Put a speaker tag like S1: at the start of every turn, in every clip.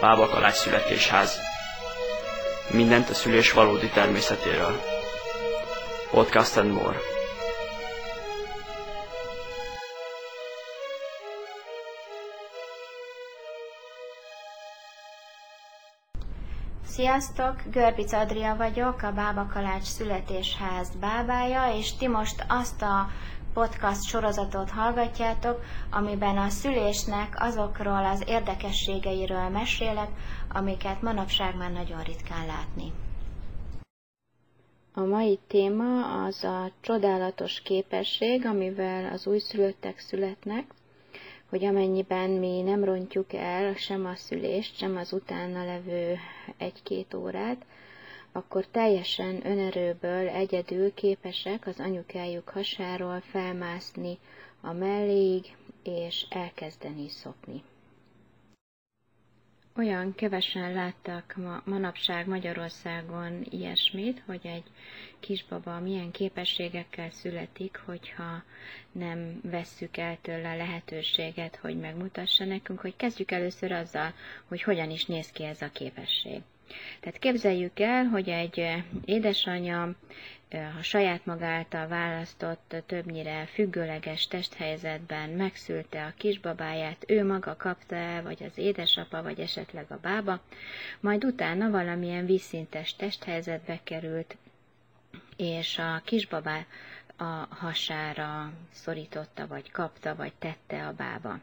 S1: Bába Kalács születésház. Mindent a szülés valódi természetéről. Podcast and more.
S2: Sziasztok! Görbic Adria vagyok, a Bába Kalács születésház bábája, és ti most azt a podcast sorozatot hallgatjátok, amiben a szülésnek azokról az érdekességeiről mesélek, amiket manapság már nagyon ritkán látni. A mai téma az a csodálatos képesség, amivel az újszülöttek születnek, hogy amennyiben mi nem rontjuk el sem a szülést, sem az utána levő 1-2 órát, akkor teljesen önerőből egyedül képesek az anyukájuk hasáról felmászni a melléig, és elkezdeni szopni. Olyan kevesen láttak manapság Magyarországon ilyesmit, hogy egy kisbaba milyen képességekkel születik, hogyha nem vesszük el tőle a lehetőséget, hogy megmutassa nekünk, hogy kezdjük először azzal, hogy hogyan is néz ki ez a képesség. Tehát képzeljük el, hogy egy édesanyja a saját maga által választott, többnyire függőleges testhelyzetben megszülte a kisbabáját, ő maga kapta el, vagy az édesapa, vagy esetleg a bába, majd utána valamilyen vízszintes testhelyzetbe került, és a kisbabát a hasára szorította, vagy kapta, vagy tette a bába.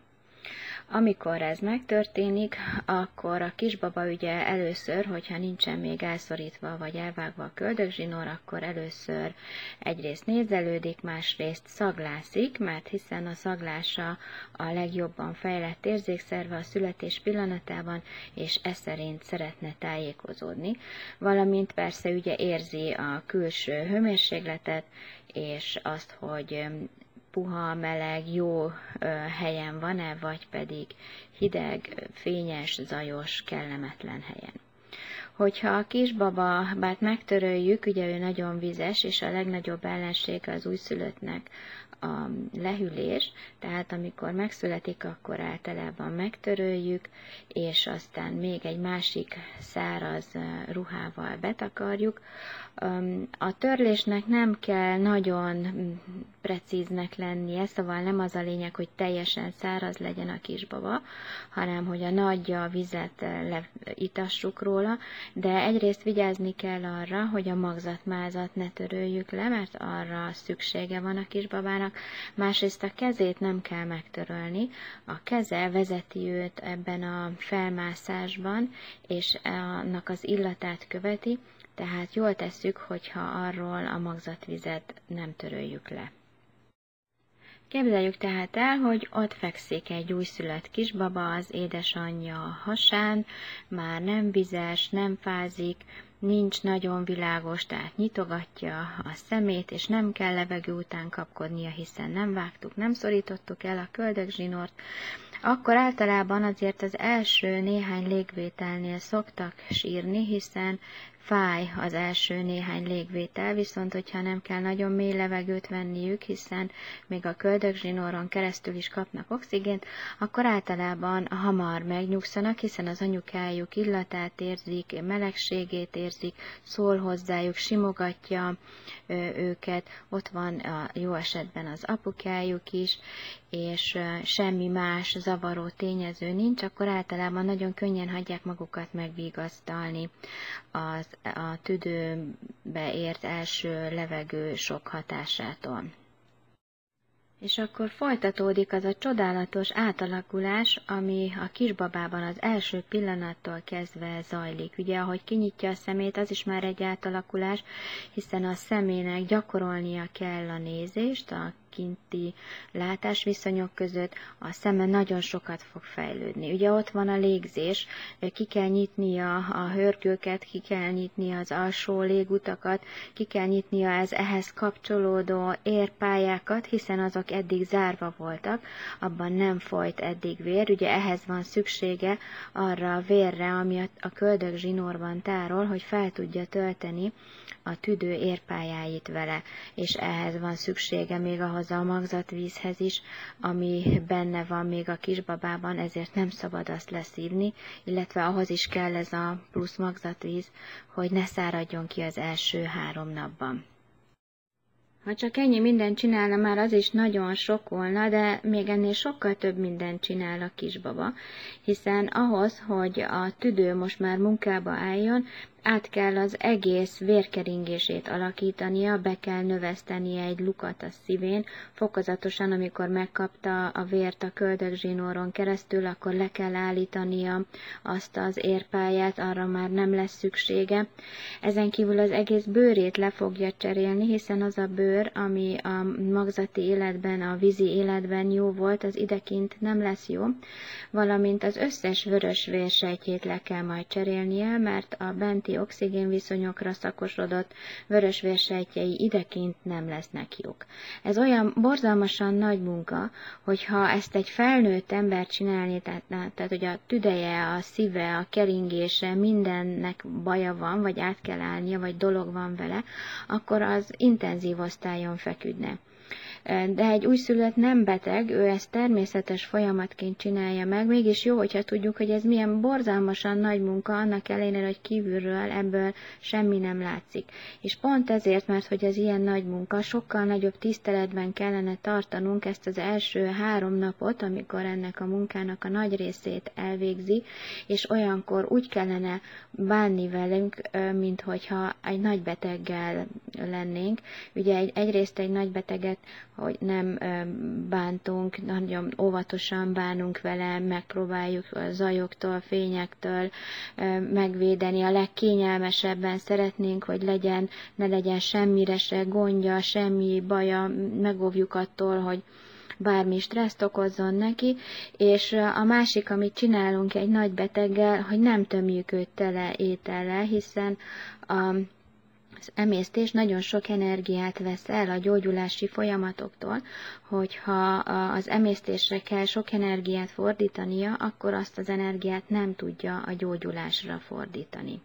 S2: Amikor ez megtörténik, akkor a kisbaba ugye először, hogyha nincsen még elszorítva vagy elvágva a köldökzsinór, akkor először egyrészt nézelődik, másrészt szaglászik, mert hiszen a szaglása a legjobban fejlett érzékszerve a születés pillanatában, és ez szerint szeretne tájékozódni, valamint persze ugye érzi a külső hőmérsékletet, és azt, hogy puha, meleg, jó helyen van-e, vagy pedig hideg, fényes, zajos, kellemetlen helyen. Hogyha a kisbabát megtöröljük, ugye ő nagyon vizes, és a legnagyobb ellensége az újszülöttnek a lehűlés, tehát amikor megszületik, akkor általában megtöröljük, és aztán még egy másik száraz ruhával betakarjuk. A törlésnek nem kell nagyon precíznek lennie, szóval nem az a lényeg, hogy teljesen száraz legyen a kisbaba, hanem hogy a nagyja vizet itassuk róla, de egyrészt vigyázni kell arra, hogy a magzatmázat ne töröljük le, mert arra szüksége van a kisbabának, másrészt a kezét nem kell megtörölni, a keze vezeti őt ebben a felmászásban, és annak az illatát követi, tehát jól tesszük, hogyha arról a magzatvizet nem töröljük le. Képzeljük tehát el, hogy ott fekszik egy újszülött kisbaba az édesanyja hasán, már nem vizes, nem fázik, nincs nagyon világos, tehát nyitogatja a szemét, és nem kell levegő után kapkodnia, hiszen nem vágtuk, nem szorítottuk el a köldökzsinort, akkor általában azért az első néhány légvételnél szoktak sírni, hiszen fáj az első néhány légvétel, viszont hogyha nem kell nagyon mély levegőt venniük, hiszen még a köldökzsinóron keresztül is kapnak oxigént, akkor általában hamar megnyugszanak, hiszen az anyukájuk illatát érzik, melegségét érzik, szól hozzájuk, simogatja őket, ott van a jó esetben az apukájuk is, és semmi más zavaró tényező nincs, akkor általában nagyon könnyen hagyják magukat megvigasztalni a tüdőbe ért első levegő sok hatásától. És akkor folytatódik az a csodálatos átalakulás, ami a kisbabában az első pillanattól kezdve zajlik. Ugye, ahogy kinyitja a szemét, az is már egy átalakulás, hiszen a szemének gyakorolnia kell a nézést, a kinti látásviszonyok között, a szeme nagyon sokat fog fejlődni. Ugye ott van a légzés, ki kell nyitnia a hörgőket, ki kell nyitnia az alsó légutakat, ki kell nyitnia az ehhez kapcsolódó érpályákat, hiszen azok eddig zárva voltak, abban nem folyt eddig vér, ugye ehhez van szüksége arra a vérre, ami a köldökzsinórban tárol, hogy fel tudja tölteni a tüdő érpályáit vele, és ehhez van szüksége még ahhoz ahhoz a magzatvízhez is, ami benne van még a kisbabában, ezért nem szabad azt leszívni, illetve ahhoz is kell ez a plusz magzatvíz, hogy ne száradjon ki az első 3 napban. Ha csak ennyi mindent csinálna, már az is nagyon sok volna, de még ennél sokkal több mindent csinál a kisbaba, hiszen ahhoz, hogy a tüdő most már munkába álljon, át kell az egész vérkeringését alakítania, be kell növesztenie egy lukat a szívén, fokozatosan, amikor megkapta a vért a köldökzsinóron keresztül, akkor le kell állítania azt az érpályát, arra már nem lesz szüksége. Ezen kívül az egész bőrét le fogja cserélni, hiszen az a bőr, ami a magzati életben, a vízi életben jó volt, az idekint nem lesz jó, valamint az összes vörös vérsejtjét le kell majd cserélnie, mert a benti oxigénviszonyokra szakosodott vörös vérsejtjei idekint nem lesznek jók. Ez olyan borzalmasan nagy munka, hogyha ezt egy felnőtt ember csinálni, tehát hogy a tüdeje, a szíve, a keringése, mindennek baja van, vagy át kell állnia, vagy dolog van vele, akkor az intenzív osztályon feküdne. De egy újszülött nem beteg, ő ezt természetes folyamatként csinálja meg, mégis jó, hogyha tudjuk, hogy ez milyen borzalmasan nagy munka, annak ellenére, hogy kívülről ebből semmi nem látszik. És pont ezért, mert hogy ez ilyen nagy munka, sokkal nagyobb tiszteletben kellene tartanunk ezt az első 3 napot, amikor ennek a munkának a nagy részét elvégzi, és olyankor úgy kellene bánni velünk, mint hogyha egy nagy beteggel lennénk. Ugye egyrészt egy nagy beteget, hogy nem bántunk, nagyon óvatosan bánunk vele, megpróbáljuk a zajoktól, fényektől megvédeni, a legkényelmesebben szeretnénk, hogy ne legyen semmire se gondja, semmi baja, megóvjuk attól, hogy bármi stresszt okozzon neki, és a másik, amit csinálunk egy nagy beteggel, hogy nem tömjük őt tele étellel, hiszen az emésztés nagyon sok energiát vesz el a gyógyulási folyamatoktól, hogyha az emésztésre kell sok energiát fordítania, akkor azt az energiát nem tudja a gyógyulásra fordítani.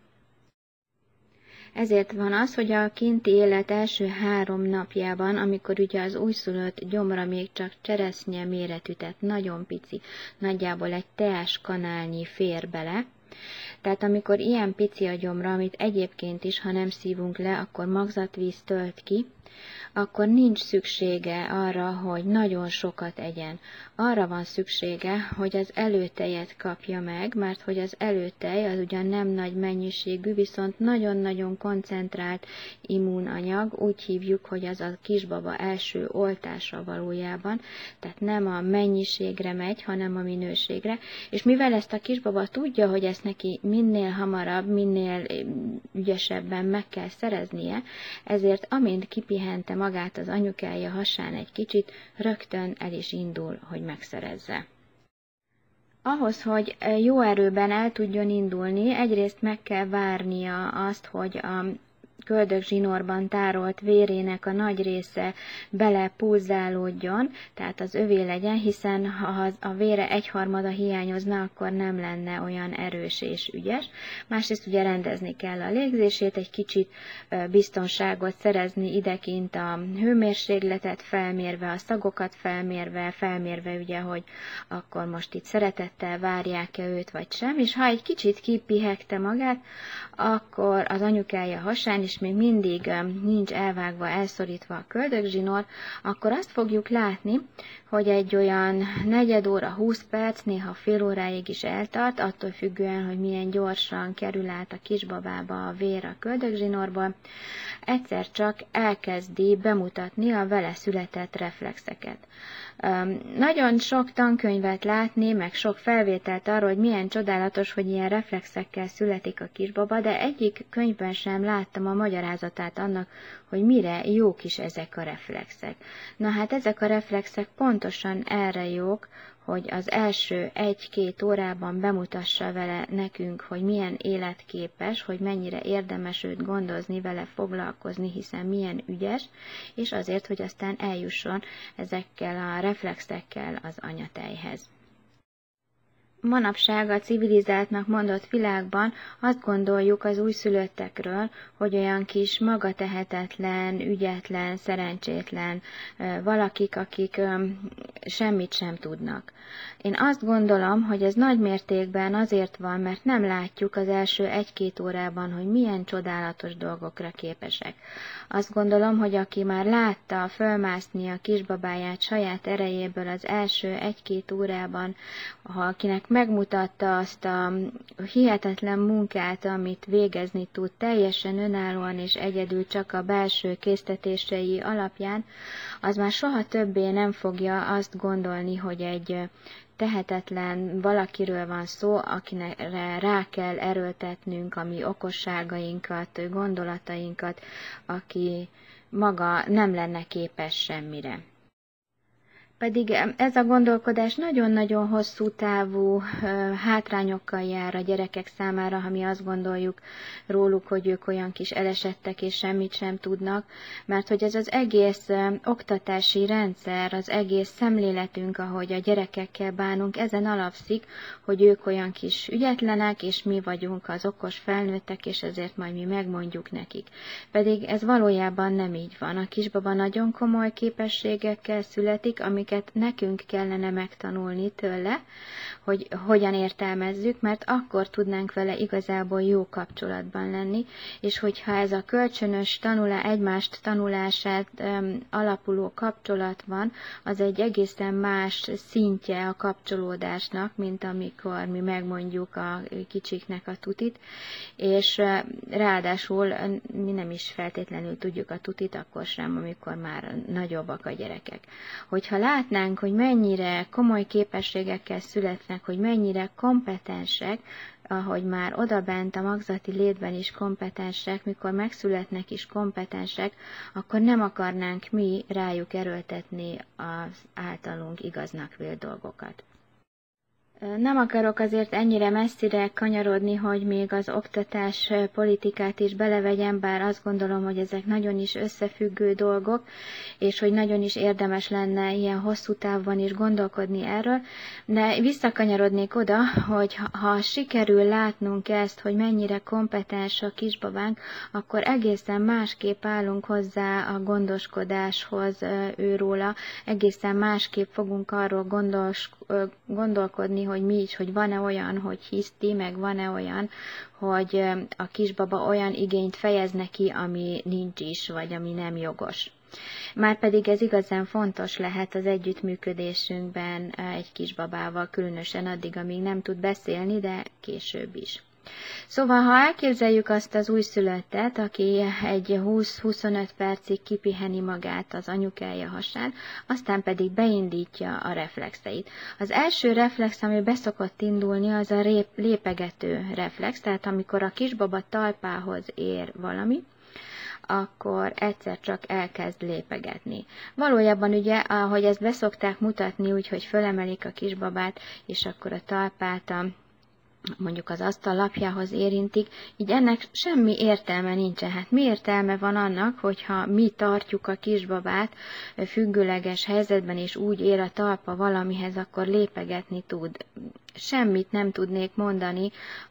S2: Ezért van az, hogy a kinti élet első 3 napjában, amikor ugye az újszülött gyomra még csak cseresznye méretű, tehát nagyon pici, nagyjából egy teáskanálnyi fér bele, tehát amikor ilyen pici a gyomra, amit egyébként is, ha nem szívunk le, akkor magzatvíz tölt ki, akkor nincs szüksége arra, hogy nagyon sokat egyen. Arra van szüksége, hogy az előtejet kapja meg, mert hogy az előtej az ugyan nem nagy mennyiségű, viszont nagyon-nagyon koncentrált immunanyag, úgy hívjuk, hogy az a kisbaba első oltása valójában, tehát nem a mennyiségre megy, hanem a minőségre, és mivel ezt a kisbaba tudja, hogy ezt neki minél hamarabb, minél ügyesebben meg kell szereznie, ezért amint kipihente magát az anyukája hasán egy kicsit, rögtön el is indul, hogy megszerezze. Ahhoz, hogy jó erőben el tudjon indulni, egyrészt meg kell várnia azt, hogy a köldökzsinórban tárolt vérének a nagy része belepulzálódjon, tehát az övé legyen, hiszen ha a vére 1/3 hiányozna, akkor nem lenne olyan erős és ügyes. Másrészt ugye rendezni kell a légzését, egy kicsit biztonságot szerezni idekint a hőmérsékletet felmérve, a szagokat felmérve ugye, hogy akkor most itt szeretettel várják-e őt vagy sem, és ha egy kicsit kipihegte magát, akkor az anyukája hasán is még mindig nincs elvágva, elszorítva a köldökzsinór, akkor azt fogjuk látni, hogy egy olyan 4 óra, 20 perc, néha fél óráig is eltart, attól függően, hogy milyen gyorsan kerül át a kisbabába a vér a köldökzsinórból, egyszer csak elkezdi bemutatni a vele született reflexeket. Nagyon sok tankönyvet látni, meg sok felvételt arról, hogy milyen csodálatos, hogy ilyen reflexekkel születik a kisbaba, de egyik könyvben sem láttam a magyarázatát annak, hogy mire jók is ezek a reflexek. Na hát ezek a reflexek pontosan erre jók, hogy az első 1-2 órában bemutassa vele nekünk, hogy milyen életképes, hogy mennyire érdemes őt gondozni, vele foglalkozni, hiszen milyen ügyes, és azért, hogy aztán eljusson ezekkel a reflexekkel az anyatejhez. Manapság a civilizáltnak mondott világban azt gondoljuk az újszülöttekről, hogy olyan kis magatehetetlen, ügyetlen, szerencsétlen valakik, akik semmit sem tudnak. Én azt gondolom, hogy ez nagy mértékben azért van, mert nem látjuk az első 1-2 órában, hogy milyen csodálatos dolgokra képesek. Azt gondolom, hogy aki már látta fölmászni a kisbabáját saját erejéből az első 1-2 órában, ha akinek megmutatta azt a hihetetlen munkát, amit végezni tud teljesen önállóan és egyedül csak a belső késztetései alapján, az már soha többé nem fogja azt gondolni, hogy egy tehetetlen valakiről van szó, akire rá kell erőltetnünk a mi okosságainkat, gondolatainkat, aki maga nem lenne képes semmire. Pedig ez a gondolkodás nagyon-nagyon hosszú távú hátrányokkal jár a gyerekek számára, ha mi azt gondoljuk róluk, hogy ők olyan kis elesettek és semmit sem tudnak, mert hogy ez az egész oktatási rendszer, az egész szemléletünk, ahogy a gyerekekkel bánunk, ezen alapszik, hogy ők olyan kis ügyetlenek, és mi vagyunk az okos felnőttek, és ezért majd mi megmondjuk nekik. Pedig ez valójában nem így van. A kisbaba nagyon komoly képességekkel születik, amiket nekünk kellene megtanulni tőle, hogy hogyan értelmezzük, mert akkor tudnánk vele igazából jó kapcsolatban lenni, és hogyha ez a kölcsönös egymást tanulását alapuló kapcsolat van, az egy egészen más szintje a kapcsolódásnak, mint amikor mi megmondjuk a kicsiknek a tutit, és ráadásul mi nem is feltétlenül tudjuk a tutit, akkor sem, amikor már nagyobbak a gyerekek. Hogyha látnánk, hogy mennyire komoly képességekkel születnek, hogy mennyire kompetensek, ahogy már odabent a magzati létben is kompetensek, mikor megszületnek is kompetensek, akkor nem akarnánk mi rájuk erőltetni az általunk igaznak vélt dolgokat. Nem akarok azért ennyire messzire kanyarodni, hogy még az oktatás politikát is belevegyem, bár azt gondolom, hogy ezek nagyon is összefüggő dolgok, és hogy nagyon is érdemes lenne ilyen hosszú távban is gondolkodni erről, de visszakanyarodnék oda, hogy ha sikerül látnunk ezt, hogy mennyire kompetens a kisbabánk, akkor egészen másképp állunk hozzá a gondoskodáshoz őróla, egészen másképp fogunk arról gondolkodni, hogy mi is, hogy van-e olyan, hogy hiszti, meg van-e olyan, hogy a kisbaba olyan igényt fejez ki, ami nincs is, vagy ami nem jogos. Márpedig ez igazán fontos lehet az együttműködésünkben egy kisbabával, különösen addig, amíg nem tud beszélni, de később is. Szóval, ha elképzeljük azt az újszülöttet, aki egy 20-25 percig kipiheni magát az anyukája hasán, aztán pedig beindítja a reflexeit. Az első reflex, ami beszokott indulni, az a lépegető reflex, tehát amikor a kisbaba talpához ér valami, akkor egyszer csak elkezd lépegetni. Valójában ugye, ahogy ezt beszokták mutatni, úgyhogy fölemelik a kisbabát, és akkor a talpát mondjuk az asztal lapjához érintik, így ennek semmi értelme nincsen. Hát mi értelme van annak, hogyha mi tartjuk a kisbabát függőleges helyzetben, és úgy ér a talpa valamihez, akkor lépegetni tud. Semmit nem tudnék mondani,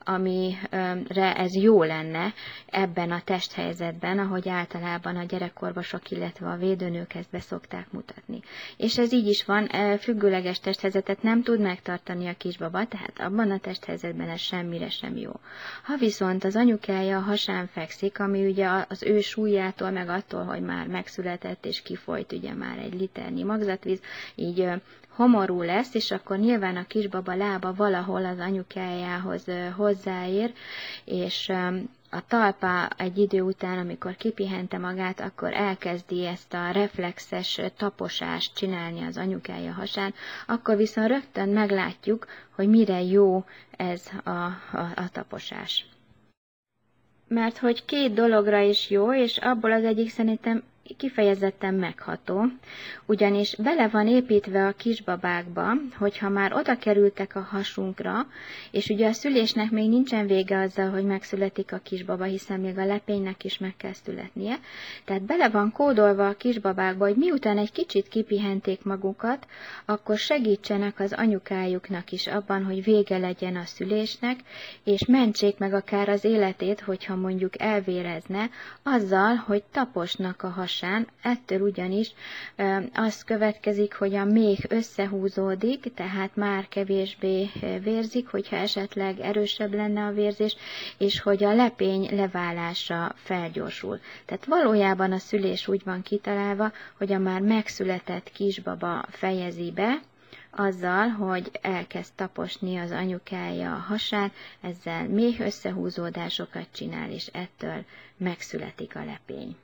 S2: amire ez jó lenne ebben a testhelyzetben, ahogy általában a gyerekorvosok, illetve a védőnők ezt be szokták mutatni. És ez így is van, függőleges testhelyzetet nem tud megtartani a kisbaba, tehát abban a testhelyzetben ez semmire sem jó. Ha viszont az anyukája a hasán fekszik, ami ugye az ő súlyától, meg attól, hogy már megszületett és kifolyt ugye már egy liternyi magzatvíz, így homorú lesz, és akkor nyilván a kisbaba lába valahol az anyukájához hozzáér, és a talpa egy idő után, amikor kipihente magát, akkor elkezdi ezt a reflexes taposást csinálni az anyukája hasán, akkor viszont rögtön meglátjuk, hogy mire jó ez a taposás. Mert hogy két dologra is jó, és abból az egyik szerintem kifejezetten megható, ugyanis bele van építve a kisbabákba, hogyha már oda kerültek a hasunkra, és ugye a szülésnek még nincsen vége azzal, hogy megszületik a kisbaba, hiszen még a lepénynek is meg kell születnie, tehát bele van kódolva a kisbabákba, hogy miután egy kicsit kipihenték magukat, akkor segítsenek az anyukájuknak is abban, hogy vége legyen a szülésnek, és mentsék meg akár az életét, hogyha mondjuk elvérezne, azzal, hogy taposnak a hasán. Ettől ugyanis az következik, hogy a méh összehúzódik, tehát már kevésbé vérzik, hogyha esetleg erősebb lenne a vérzés, és hogy a lepény leválása felgyorsul. Tehát valójában a szülés úgy van kitalálva, hogy a már megszületett kisbaba fejezi be, azzal, hogy elkezd taposni az anyukája a hasán, ezzel méh összehúzódásokat csinál, és ettől megszületik a lepény.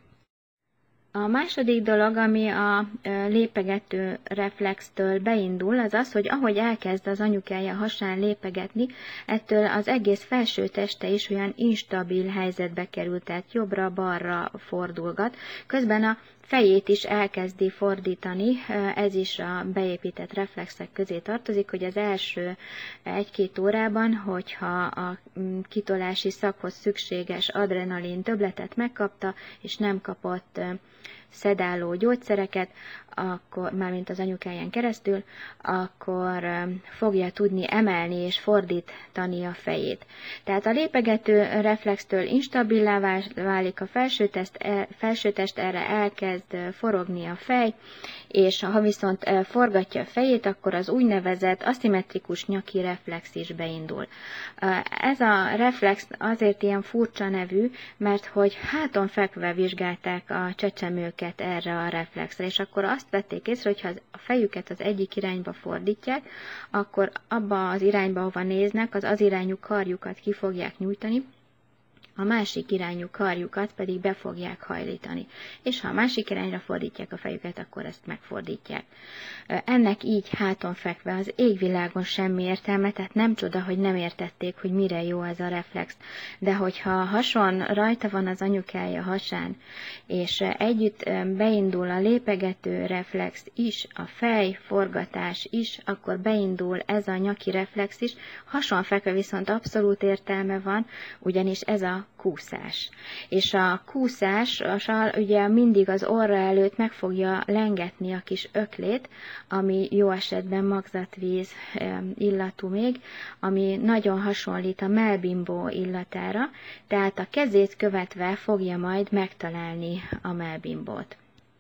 S2: A második dolog, ami a lépegető reflextől beindul, az az, hogy ahogy elkezd az anyukája hasán lépegetni, ettől az egész felső teste is olyan instabil helyzetbe kerül, tehát jobbra-balra fordulgat. Közben a fejét is elkezdi fordítani, ez is a beépített reflexek közé tartozik, hogy az első 1-2 órában, hogyha a kitolási szakhoz szükséges adrenalin többletet megkapta, és nem kapott szedáló gyógyszereket, akkor, mármint az anyukáján keresztül, akkor fogja tudni emelni és fordítani a fejét. Tehát a lépegető reflextől instabilá válik a felsőtest, erre elkezd forogni a fej, és ha viszont forgatja a fejét, akkor az úgynevezett aszimmetrikus nyaki reflex is beindul. Ez a reflex azért ilyen furcsa nevű, mert hogy háton fekve vizsgálták a csecsemőket erre a reflexre, és akkor azt vették észre, hogy ha a fejüket az egyik irányba fordítják, akkor abba az irányba, ahova néznek, az irányú karjukat ki fogják nyújtani, a másik irányú karjukat pedig be fogják hajlítani. És ha a másik irányra fordítják a fejüket, akkor ezt megfordítják. Ennek így háton fekve az égvilágon semmi értelme, tehát nem csoda, hogy nem értették, hogy mire jó ez a reflex. De hogyha a hason rajta van az anyukája hasán, és együtt beindul a lépegető reflex is, a fejforgatás is, akkor beindul ez a nyaki reflex is. Hason fekve viszont abszolút értelme van, ugyanis ez a kúszás. És a kúszással ugye mindig az orra előtt meg fogja lengetni a kis öklét, ami jó esetben magzatvíz illatú még, ami nagyon hasonlít a melbimbó illatára, tehát a kezét követve fogja majd megtalálni a melbimbót.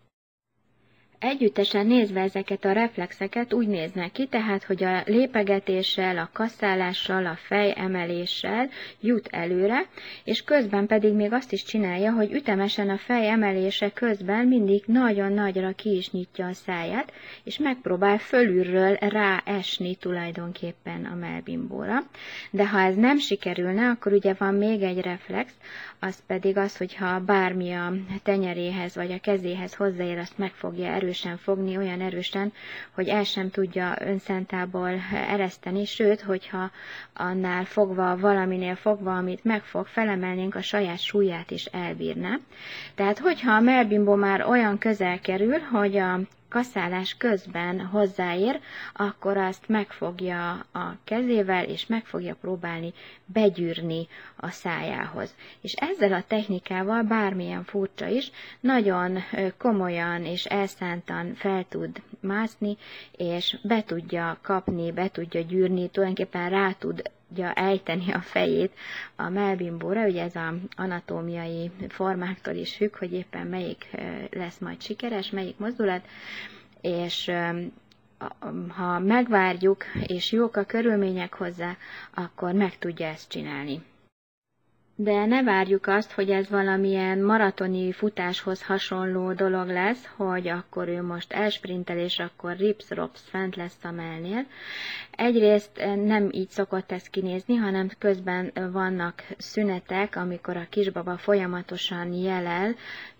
S2: Együttesen nézve ezeket a reflexeket úgy néznek ki, tehát, hogy a lépegetéssel, a kasszálással, a fejemeléssel jut előre, és közben pedig még azt is csinálja, hogy ütemesen a fejemelése közben mindig nagyon nagyra ki is nyitja a száját, és megpróbál fölülről ráesni tulajdonképpen a melbimbóra. De ha ez nem sikerülne, akkor ugye van még egy reflex, az pedig az, hogyha bármi a tenyeréhez vagy a kezéhez hozzáér, azt meg fogja erősen fogni, olyan erősen, hogy el sem tudja önszentából ereszteni, sőt, hogyha annál fogva, valaminél fogva, amit megfog, felemelnénk, a saját súlyát is elbírná. Tehát, hogyha a melbimbó már olyan közel kerül, hogy a kaszálás közben hozzáér, akkor azt megfogja a kezével, és meg fogja próbálni begyűrni a szájához. És ezzel a technikával, bármilyen furcsa is, nagyon komolyan és elszántan fel tud mászni, és be tudja kapni, be tudja gyűrni, tulajdonképpen rá tudja ejteni a fejét a melbimbóra, ugye ez az anatómiai formáktól is függ, hogy éppen melyik lesz majd sikeres, melyik mozdulat, és ha megvárjuk, és jók a körülmények hozzá, akkor meg tudja ezt csinálni. De ne várjuk azt, hogy ez valamilyen maratoni futáshoz hasonló dolog lesz, hogy akkor ő most elsprintel, és akkor rips-rops fent lesz a mellnél. Egyrészt nem így szokott ez kinézni, hanem közben vannak szünetek, amikor a kisbaba folyamatosan jelel,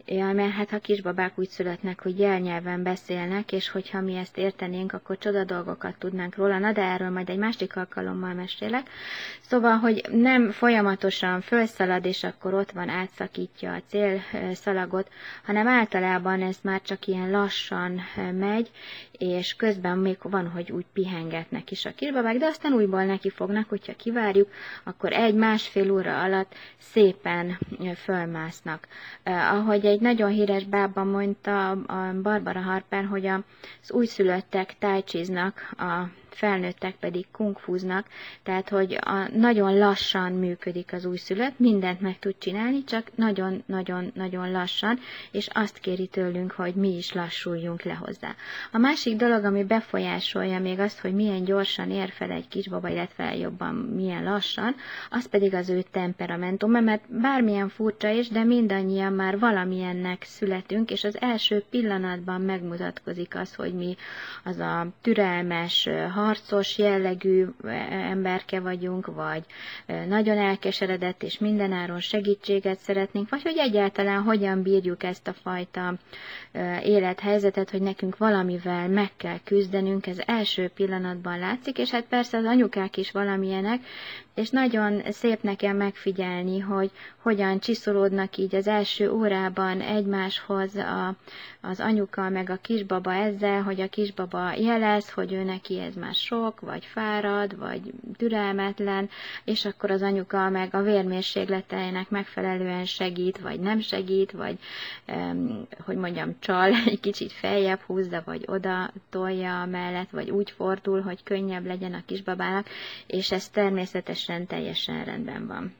S2: Ja, mert hát ha kisbabák úgy születnek, hogy jelnyelven beszélnek, és hogyha mi ezt értenénk, akkor csoda dolgokat tudnánk róla, na de erről majd egy másik alkalommal mesélek. Szóval, hogy nem folyamatosan fölszalad, és akkor ott van, átszakítja a célszalagot, hanem általában ez már csak ilyen lassan megy, és közben még van, hogy úgy pihengetnek is a kisbabák, de aztán újból neki fognak, hogyha kivárjuk, akkor 1-1,5 óra alatt szépen fölmásznak. Ahogy egy nagyon híres bába mondta, a Barbara Harper, hogy az újszülöttek tájcsiznak, a felnőttek pedig kungfúznak, tehát hogy nagyon lassan működik az újszülött, mindent meg tud csinálni, csak nagyon-nagyon-nagyon lassan, és azt kéri tőlünk, hogy mi is lassuljunk le hozzá. A másik dolog, ami befolyásolja még azt, hogy milyen gyorsan ér fel egy kisbaba, illetve jobban milyen lassan, az pedig az ő temperamentuma, mert bármilyen furcsa is, de mindannyian már valamilyennek születünk, és az első pillanatban megmutatkozik az, hogy mi az a türelmes, harcos jellegű emberke vagyunk, vagy nagyon elkeseredett és mindenáron segítséget szeretnénk, vagy hogy egyáltalán hogyan bírjuk ezt a fajta élethelyzetet, hogy nekünk valamivel meg kell küzdenünk, ez első pillanatban látszik, és hát persze az anyukák is valamilyenek, és nagyon szép nekem megfigyelni, hogy hogyan csiszolódnak így az első órában egymáshoz az anyuka meg a kisbaba ezzel, hogy a kisbaba jelez, hogy ő neki ez már sok, vagy fárad, vagy türelmetlen, és akkor az anyuka meg a vérmérsékleteinek megfelelően segít, vagy nem segít, vagy hogy mondjam, csal, egy kicsit feljebb húzza, vagy oda tolja mellett, vagy úgy fordul, hogy könnyebb legyen a kisbabának, és ez természetesen teljesen rendben van.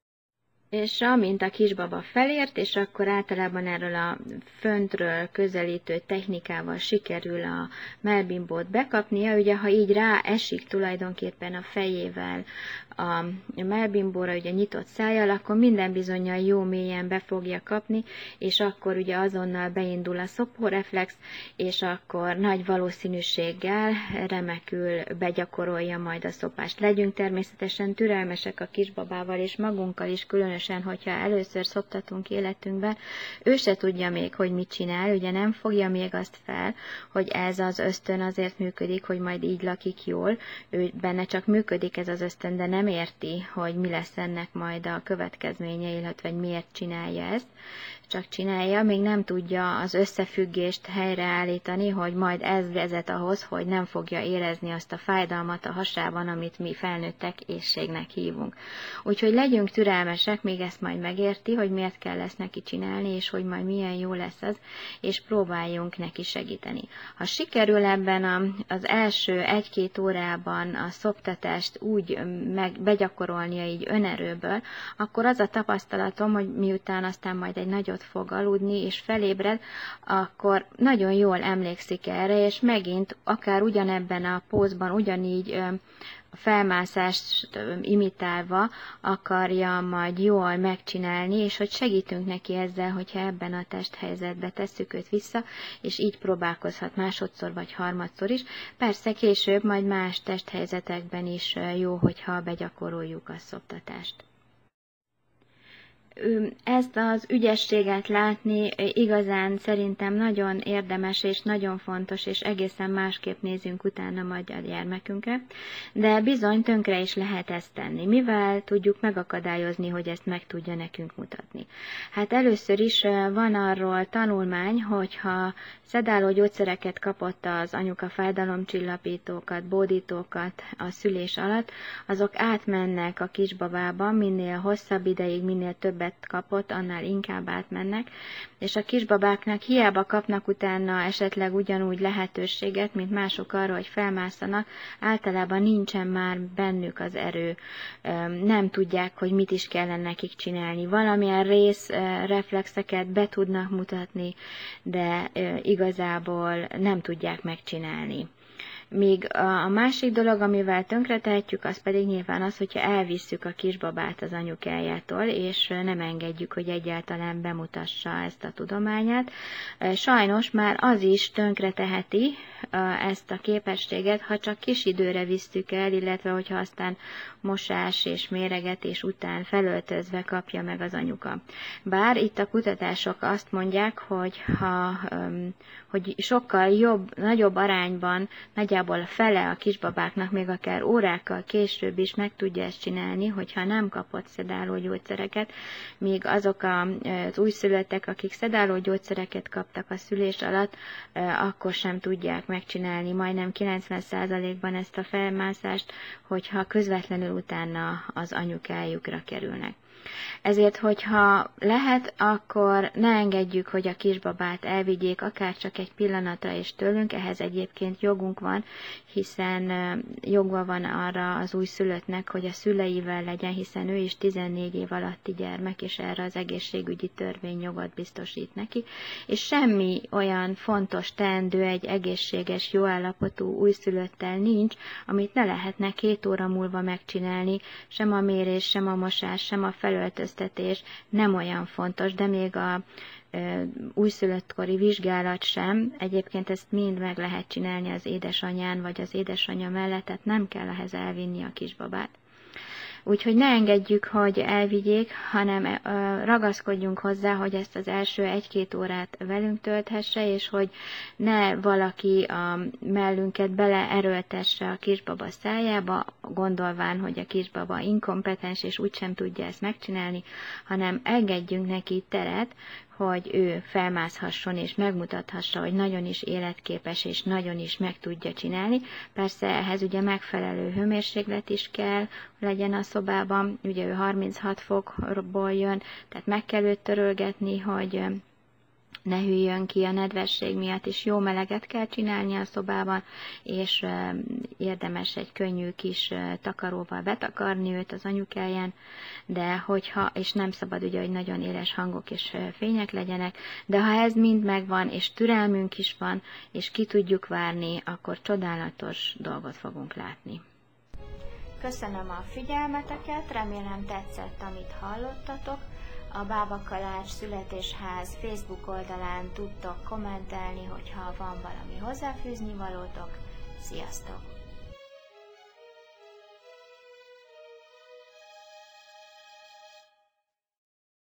S2: És amint a kisbaba felért, és akkor általában erről a föntről közelítő technikával sikerül a mellbimbót bekapnia, ugye ha így rá esik tulajdonképpen a fejével a mellbimbóra, ugye nyitott szájjal, akkor minden bizonnyal jó mélyen be fogja kapni, és akkor ugye azonnal beindul a szopóreflex, és akkor nagy valószínűséggel remekül begyakorolja majd a szopást. Legyünk természetesen türelmesek a kisbabával, és magunkkal is, különösen, hogyha először szoptatunk életünkben, ő se tudja még, hogy mit csinál, ugye nem fogja még azt fel, hogy ez az ösztön azért működik, hogy majd így lakik jól, ő benne csak működik ez az ösztön, de nem érti, hogy mi lesz ennek majd a következménye, illetve hogy miért csinálja ezt, csak csinálja, még nem tudja az összefüggést helyreállítani, hogy majd ez vezet ahhoz, hogy nem fogja érezni azt a fájdalmat a hasában, amit mi felnőttek éhségnek hívunk. Úgyhogy legyünk türelmesek, még ezt majd megérti, hogy miért kell ezt neki csinálni, és hogy majd milyen jó lesz az, és próbáljunk neki segíteni. Ha sikerül ebben az első 1-2 órában a szoptatást úgy begyakorolnia így önerőből, akkor az a tapasztalatom, hogy miután aztán majd egy nagyot fog aludni, és felébred, akkor nagyon jól emlékszik erre, és megint akár ugyanebben a pózban, ugyanígy a felmászást imitálva akarja majd jól megcsinálni, és hogy segítünk neki ezzel, hogyha ebben a testhelyzetbe tesszük őt vissza, és így próbálkozhat másodszor vagy harmadszor is. Persze később majd más testhelyzetekben is jó, hogyha begyakoroljuk a szoptatást. Ezt az ügyességet látni igazán szerintem nagyon érdemes és nagyon fontos, és egészen másképp nézünk utána majd a gyermekünkre, de bizony tönkre is lehet ezt tenni. Mivel tudjuk megakadályozni, hogy ezt meg tudja nekünk mutatni? Hát először is van arról tanulmány, hogyha szedáló gyógyszereket kapott az anyuka, fájdalomcsillapítókat, bódítókat a szülés alatt, azok átmennek a kisbabában, minél hosszabb ideig, minél többet kapott, annál inkább átmennek, és a kisbabáknak hiába kapnak utána esetleg ugyanúgy lehetőséget, mint mások arra, hogy felmászanak, általában nincsen már bennük az erő, nem tudják, hogy mit is kellene nekik csinálni. Valamilyen reflexeket be tudnak mutatni, de igazából nem tudják megcsinálni. Míg a másik dolog, amivel tönkretehetjük, az pedig nyilván az, hogyha elvisszük a kisbabát az anyukájától, és nem engedjük, hogy egyáltalán bemutassa ezt a tudományát. Sajnos már az is tönkreteheti ezt a képességet, ha csak kis időre visszük el, illetve hogyha aztán mosás és méregetés után felöltözve kapja meg az anyuka. Bár itt a kutatások azt mondják, hogy sokkal jobb, nagyobb arányban, nagyjából a fele a kisbabáknak még akár órákkal később is meg tudja ezt csinálni, hogyha nem kapott szedálógyógyszereket, míg azok az újszülöttek, akik szedálógyógyszereket kaptak a szülés alatt, akkor sem tudják megcsinálni majdnem 90%-ban ezt a felmászást, hogyha közvetlenül utána az anyukájukra kerülnek. Ezért, hogyha lehet, akkor ne engedjük, hogy a kisbabát elvigyék akár csak egy pillanatra is tőlünk, ehhez egyébként jogunk van, hiszen joga van arra az újszülöttnek, hogy a szüleivel legyen, hiszen ő is 14 év alatti gyermek, és erre az egészségügyi törvény jogot biztosít neki, és semmi olyan fontos teendő egy egészséges, jó állapotú újszülöttel nincs, amit ne lehetne 2 óra múlva megcsinálni, sem a mérés, sem a mosás, sem a felöltöztetés nem olyan fontos, de még a újszülöttkori vizsgálat sem, egyébként ezt mind meg lehet csinálni az édesanyán vagy az édesanyja mellett, tehát nem kell ehhez elvinni a kisbabát. Úgyhogy ne engedjük, hogy elvigyék, hanem ragaszkodjunk hozzá, hogy ezt az első 1-2 órát velünk tölthesse, és hogy ne valaki a mellünket beleerőltesse a kisbaba szájába, gondolván, hogy a kisbaba inkompetens, és úgysem tudja ezt megcsinálni, hanem engedjünk neki teret, hogy ő felmászhasson és megmutathassa, hogy nagyon is életképes és nagyon is meg tudja csinálni. Persze ehhez ugye megfelelő hőmérséklet is kell, legyen a szobában, ugye ő 36 fokból jön, tehát meg kell őt törölgetni, hogy ne hűljön ki a nedvesség miatt, és jó meleget kell csinálni a szobában, és érdemes egy könnyű kis takaróval betakarni őt az anyukáján, de és nem szabad ugye, hogy nagyon éles hangok és fények legyenek, de ha ez mind megvan, és türelmünk is van, és ki tudjuk várni, akkor csodálatos dolgot fogunk látni. Köszönöm a figyelmeteket, remélem tetszett, amit hallottatok. A Bába Kalács Születésház Facebook oldalán tudtok kommentelni, hogyha van valami hozzáfűzni valótok. Sziasztok!